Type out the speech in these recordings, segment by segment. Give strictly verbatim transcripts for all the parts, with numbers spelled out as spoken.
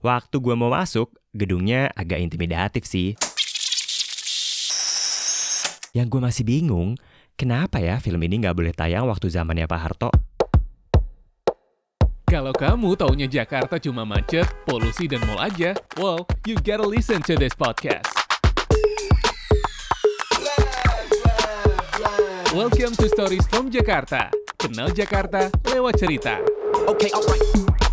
Waktu gue mau masuk, gedungnya agak intimidatif sih. Yang gue masih bingung, kenapa ya film ini nggak boleh tayang waktu zamannya Pak Harto? Kalau kamu taunya Jakarta cuma macet, polusi, dan mall aja, well, you gotta listen to this podcast. Welcome to Stories from Jakarta. Kenal Jakarta lewat cerita. Okay, alright.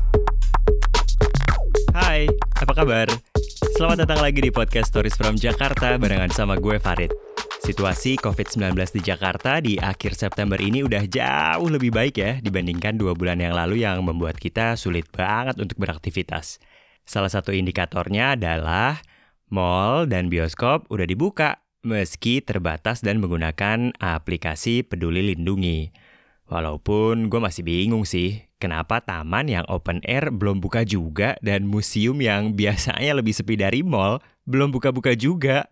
Hai, apa kabar? Selamat datang lagi di podcast Stories from Jakarta barengan sama gue Farid. Situasi covid sembilan belas di Jakarta di akhir September ini udah jauh lebih baik ya dibandingkan dua bulan yang lalu yang membuat kita sulit banget untuk beraktivitas. Salah satu indikatornya adalah mall dan bioskop udah dibuka meski terbatas dan menggunakan aplikasi Peduli Lindungi. Walaupun gue masih bingung sih, kenapa taman yang open air belum buka juga dan museum yang biasanya lebih sepi dari mall belum buka-buka juga.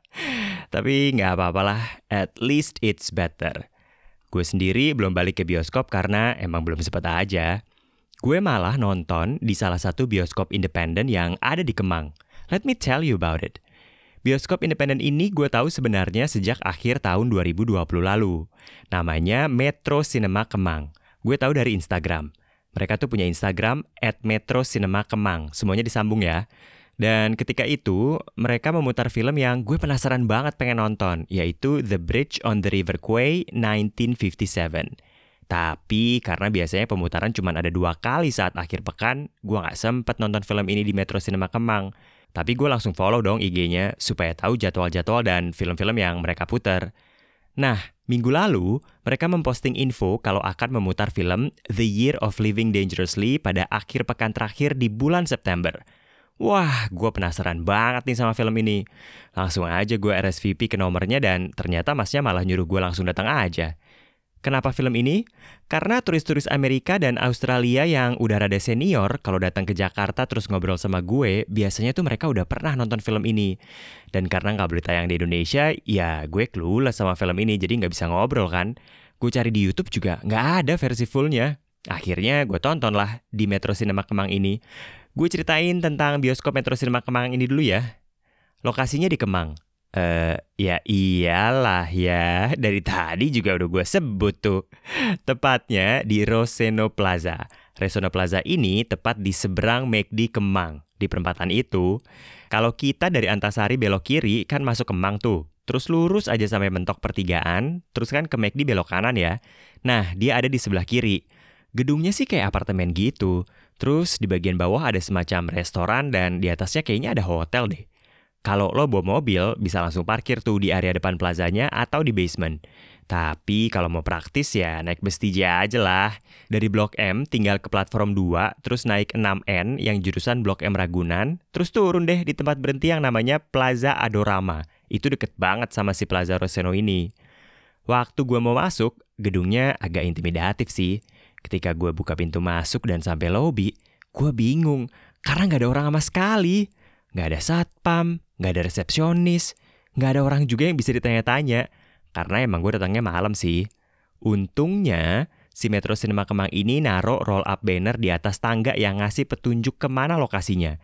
Tapi nggak apa-apalah, at least it's better. Gue sendiri belum balik ke bioskop karena emang belum sempat aja. Gue malah nonton di salah satu bioskop independen yang ada di Kemang. Let me tell you about it. Bioskop independen ini gue tahu sebenarnya sejak akhir tahun dua ribu dua puluh lalu. Namanya Metro Cinema Kemang. Gue tahu dari Instagram. Mereka tuh punya Instagram at Metro Cinema Kemang. Semuanya disambung ya. Dan ketika itu, mereka memutar film yang gue penasaran banget pengen nonton, yaitu The Bridge on the River Kwai nineteen fifty-seven. Tapi karena biasanya pemutaran cuma ada dua kali saat akhir pekan, gue gak sempet nonton film ini di Metro Cinema Kemang. Tapi gue langsung follow dong I G-nya supaya tahu jadwal-jadwal dan film-film yang mereka putar. Nah, minggu lalu mereka memposting info kalau akan memutar film The Year of Living Dangerously pada akhir pekan terakhir di bulan September. Wah, gue penasaran banget nih sama film ini. Langsung aja gue R S V P ke nomornya dan ternyata masnya malah nyuruh gue langsung datang aja. Kenapa film ini? Karena turis-turis Amerika dan Australia yang udah rada senior kalau datang ke Jakarta terus ngobrol sama gue, biasanya tuh mereka udah pernah nonton film ini. Dan karena nggak boleh tayang di Indonesia, ya gue clueless sama film ini jadi nggak bisa ngobrol kan. Gue cari di YouTube juga nggak ada versi fullnya. Akhirnya gue tonton lah di Metro Cinema Kemang ini. Gue ceritain tentang bioskop Metro Cinema Kemang ini dulu ya. Lokasinya di Kemang. Eh, uh, ya iyalah ya, dari tadi juga udah gue sebut tuh. Tepatnya di Roseno Plaza. Roseno Plaza ini tepat di seberang McD Kemang. Di perempatan itu, kalau kita dari Antasari belok kiri kan masuk Kemang tuh. Terus lurus aja sampai mentok pertigaan, terus kan ke McD belok kanan ya. Nah, dia ada di sebelah kiri. Gedungnya sih kayak apartemen gitu. Terus di bagian bawah ada semacam restoran dan di atasnya kayaknya ada hotel deh. Kalau lo bawa mobil, bisa langsung parkir tuh di area depan plazanya atau di basement. Tapi kalau mau praktis ya naik bus T J aja lah. Dari Blok M tinggal ke platform dua, terus naik enam N yang jurusan Blok M Ragunan, terus turun deh di tempat berhenti yang namanya Plaza Adorama. Itu deket banget sama si Plaza Roseno ini. Waktu gue mau masuk, gedungnya agak intimidatif sih. Ketika gue buka pintu masuk dan sampai lobi, gue bingung karena gak ada orang sama sekali. Gak ada satpam, gak ada resepsionis, gak ada orang juga yang bisa ditanya-tanya. Karena emang gue datangnya malam sih. Untungnya, si Metro Cinema Kemang ini naruh roll up banner di atas tangga yang ngasih petunjuk kemana lokasinya.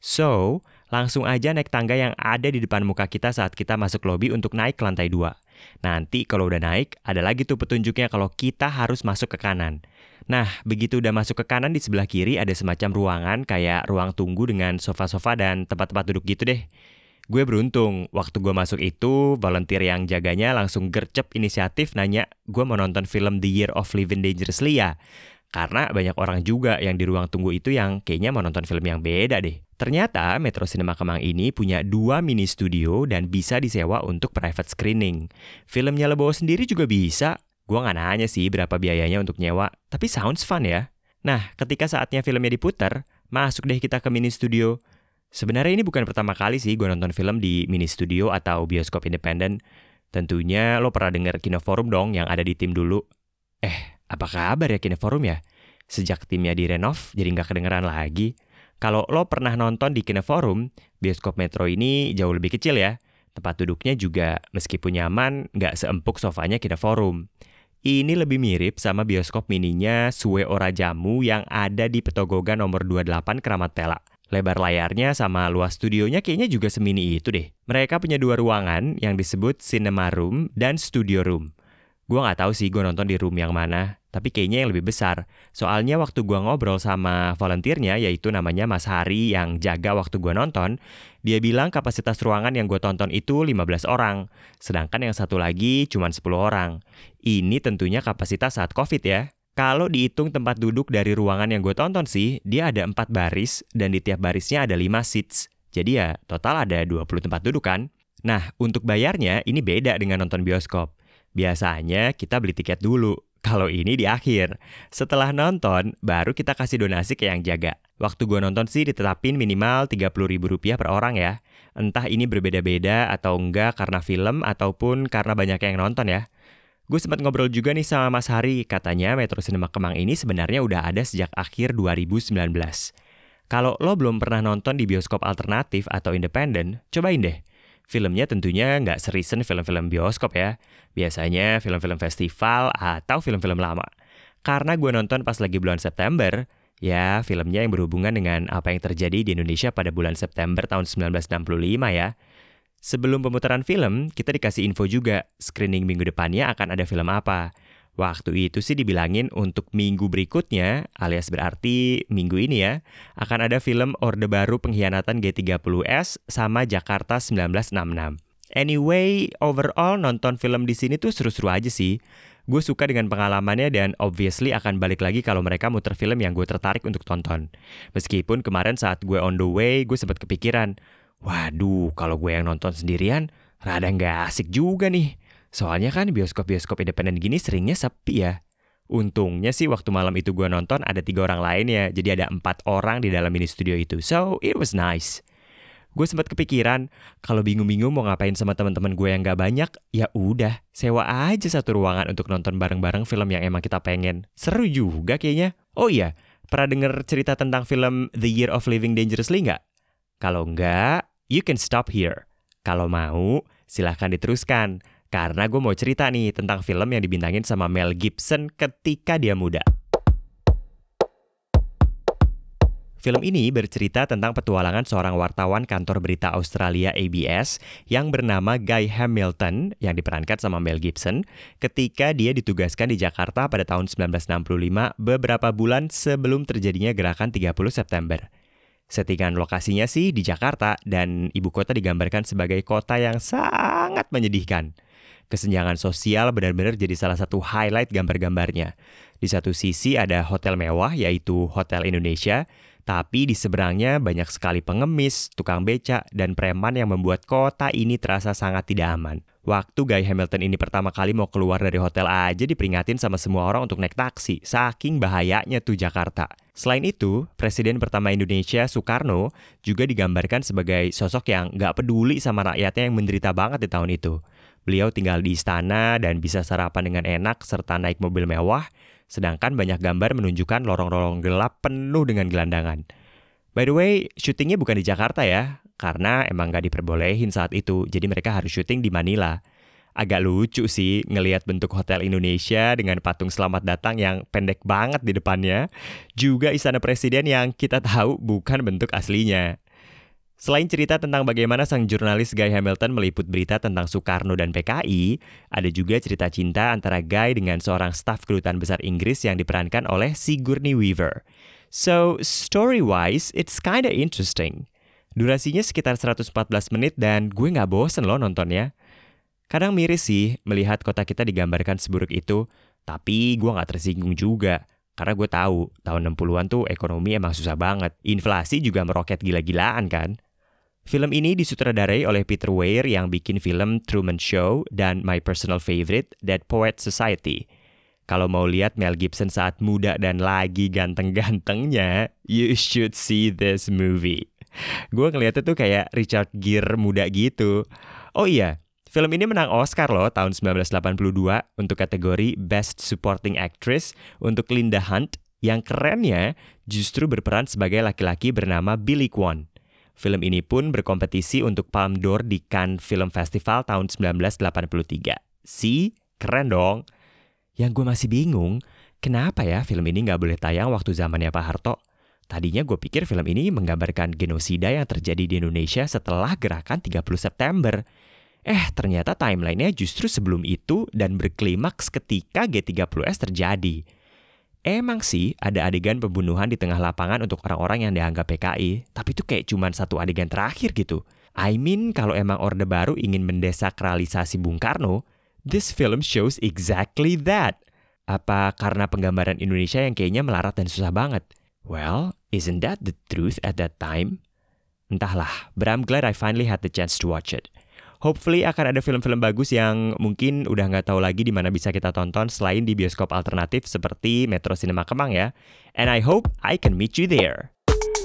So, langsung aja naik tangga yang ada di depan muka kita saat kita masuk lobi untuk naik ke lantai dua. Nanti kalau udah naik, ada lagi tuh petunjuknya kalau kita harus masuk ke kanan. Nah, begitu udah masuk ke kanan di sebelah kiri ada semacam ruangan kayak ruang tunggu dengan sofa-sofa dan tempat-tempat duduk gitu deh. Gue beruntung, waktu gue masuk itu, volunteer yang jaganya langsung gercep inisiatif nanya gue mau nonton film The Year of Living Dangerously ya. Karena banyak orang juga yang di ruang tunggu itu yang kayaknya mau nonton film yang beda deh. Ternyata Metro Cinema Kemang ini punya dua mini studio dan bisa disewa untuk private screening. Filmnya lo bawa sendiri juga bisa. Gue gak nanya sih berapa biayanya untuk nyewa, tapi sounds fun ya. Nah, ketika saatnya filmnya diputar, masuk deh kita ke mini studio. Sebenarnya ini bukan pertama kali sih gue nonton film di mini studio atau bioskop independen. Tentunya lo pernah denger Kinoforum dong yang ada di tim dulu. Eh, apa kabar ya Kinoforum ya? Sejak timnya direnov, jadi gak kedengeran lagi. Kalau lo pernah nonton di Kinoforum, bioskop Metro ini jauh lebih kecil ya. Tempat duduknya juga meskipun nyaman, gak seempuk sofanya Kinoforum. Ini lebih mirip sama bioskop mininya Sue Ora Jamu yang ada di Petogogan nomor dua puluh delapan Kramat Pela. Lebar layarnya sama luas studionya kayaknya juga semini itu deh. Mereka punya dua ruangan yang disebut Cinema Room dan Studio Room. Gue nggak tahu sih gue nonton di room yang mana, tapi kayaknya yang lebih besar. Soalnya waktu gue ngobrol sama volunteernya, yaitu namanya Mas Hari yang jaga waktu gue nonton, dia bilang kapasitas ruangan yang gue tonton itu lima belas orang, sedangkan yang satu lagi cuma sepuluh orang. Ini tentunya kapasitas saat COVID ya. Kalau dihitung tempat duduk dari ruangan yang gue tonton sih, dia ada empat baris dan di tiap barisnya ada lima seats. Jadi ya total ada dua puluh tempat duduk kan. Nah, untuk bayarnya ini beda dengan nonton bioskop. Biasanya kita beli tiket dulu. Kalau ini di akhir. Setelah nonton, baru kita kasih donasi ke yang jaga. Waktu gue nonton sih ditetapin minimal tiga puluh ribu rupiah per orang ya. Entah ini berbeda-beda atau enggak karena film ataupun karena banyak yang nonton ya. Gue sempat ngobrol juga nih sama Mas Hari, katanya Metro Cinema Kemang ini sebenarnya udah ada sejak akhir dua ribu sembilan belas. Kalau lo belum pernah nonton di bioskop alternatif atau independen, cobain deh. Filmnya tentunya nggak serisen film-film bioskop ya. Biasanya film-film festival atau film-film lama. Karena gue nonton pas lagi bulan September, ya filmnya yang berhubungan dengan apa yang terjadi di Indonesia pada bulan September tahun sembilan belas enam puluh lima ya. Sebelum pemutaran film, kita dikasih info juga, screening minggu depannya akan ada film apa. Waktu itu sih dibilangin untuk minggu berikutnya, alias berarti minggu ini ya, akan ada film Orde Baru Pengkhianatan G tiga puluh S sama Jakarta sembilan belas enam puluh enam. Anyway, overall nonton film di sini tuh seru-seru aja sih. Gue suka dengan pengalamannya dan obviously akan balik lagi kalau mereka muter film yang gue tertarik untuk tonton. Meskipun kemarin saat gue on the way, gue sempat kepikiran, waduh, kalau gue yang nonton sendirian, rada nggak asik juga nih. Soalnya kan bioskop-bioskop independen gini seringnya sepi ya. Untungnya sih waktu malam itu gue nonton ada tiga orang lainnya, jadi ada empat orang di dalam mini studio itu. So, it was nice. Gue sempat kepikiran, kalau bingung-bingung mau ngapain sama teman-teman gue yang nggak banyak, ya udah, sewa aja satu ruangan untuk nonton bareng-bareng film yang emang kita pengen. Seru juga kayaknya. Oh iya, pernah denger cerita tentang film The Year of Living Dangerously nggak? Kalau nggak, you can stop here. Kalau mau, silahkan diteruskan. Karena gue mau cerita nih tentang film yang dibintangin sama Mel Gibson ketika dia muda. Film ini bercerita tentang petualangan seorang wartawan kantor berita Australia A B S yang bernama Guy Hamilton yang diperankan sama Mel Gibson ketika dia ditugaskan di Jakarta pada tahun sembilan belas enam puluh lima beberapa bulan sebelum terjadinya gerakan tiga puluh September. Settingan lokasinya sih di Jakarta dan ibu kota digambarkan sebagai kota yang sangat menyedihkan. Kesenjangan sosial benar-benar jadi salah satu highlight gambar-gambarnya. Di satu sisi ada hotel mewah yaitu Hotel Indonesia, tapi di seberangnya banyak sekali pengemis, tukang beca, dan preman yang membuat kota ini terasa sangat tidak aman. Waktu Guy Hamilton ini pertama kali mau keluar dari hotel aja diperingatin sama semua orang untuk naik taksi, saking bahayanya tuh Jakarta. Selain itu, Presiden pertama Indonesia, Soekarno, juga digambarkan sebagai sosok yang gak peduli sama rakyatnya yang menderita banget di tahun itu. Beliau tinggal di istana dan bisa sarapan dengan enak serta naik mobil mewah, sedangkan banyak gambar menunjukkan lorong-lorong gelap penuh dengan gelandangan. By the way, syutingnya bukan di Jakarta ya, karena emang gak diperbolehin saat itu, jadi mereka harus syuting di Manila. Agak lucu sih ngelihat bentuk Hotel Indonesia dengan patung selamat datang yang pendek banget di depannya, juga istana presiden yang kita tahu bukan bentuk aslinya. Selain cerita tentang bagaimana sang jurnalis Guy Hamilton meliput berita tentang Soekarno dan P K I, ada juga cerita cinta antara Guy dengan seorang staf kedutaan besar Inggris yang diperankan oleh Sigourney Weaver. So, story-wise, it's kinda interesting. Durasinya sekitar seratus empat belas menit dan gue nggak bosen loh nontonnya. Kadang miris sih melihat kota kita digambarkan seburuk itu, tapi gue nggak tersinggung juga. Karena gue tahu, tahun enam puluhan tuh ekonomi emang susah banget. Inflasi juga meroket gila-gilaan kan. Film ini disutradarai oleh Peter Weir yang bikin film Truman Show dan my personal favorite, Dead Poets Society. Kalau mau lihat Mel Gibson saat muda dan lagi ganteng-gantengnya, you should see this movie. Gue ngeliatnya tuh kayak Richard Gere muda gitu. Oh iya, film ini menang Oscar loh tahun sembilan belas delapan puluh dua untuk kategori Best Supporting Actress untuk Linda Hunt, yang kerennya justru berperan sebagai laki-laki bernama Billy Kwan. Film ini pun berkompetisi untuk Palme d'Or di Cannes Film Festival tahun sembilan belas delapan puluh tiga. Si, keren dong. Yang gue masih bingung, kenapa ya film ini nggak boleh tayang waktu zamannya Pak Harto? Tadinya gue pikir film ini menggambarkan genosida yang terjadi di Indonesia setelah gerakan tiga puluh September. Eh, ternyata timelinenya justru sebelum itu dan berklimaks ketika G tiga puluh S terjadi. Emang sih ada adegan pembunuhan di tengah lapangan untuk orang-orang yang dianggap P K I, tapi itu kayak cuman satu adegan terakhir gitu. I mean, kalau emang Orde Baru ingin mendesakralisasi Bung Karno, this film shows exactly that. Apa karena penggambaran Indonesia yang kayaknya melarat dan susah banget? Well, isn't that the truth at that time? Entahlah, but I'm glad I finally had the chance to watch it. Hopefully akan ada film-film bagus yang mungkin udah nggak tahu lagi di mana bisa kita tonton selain di bioskop alternatif seperti Metro Cinema Kemang ya. And I hope I can meet you there.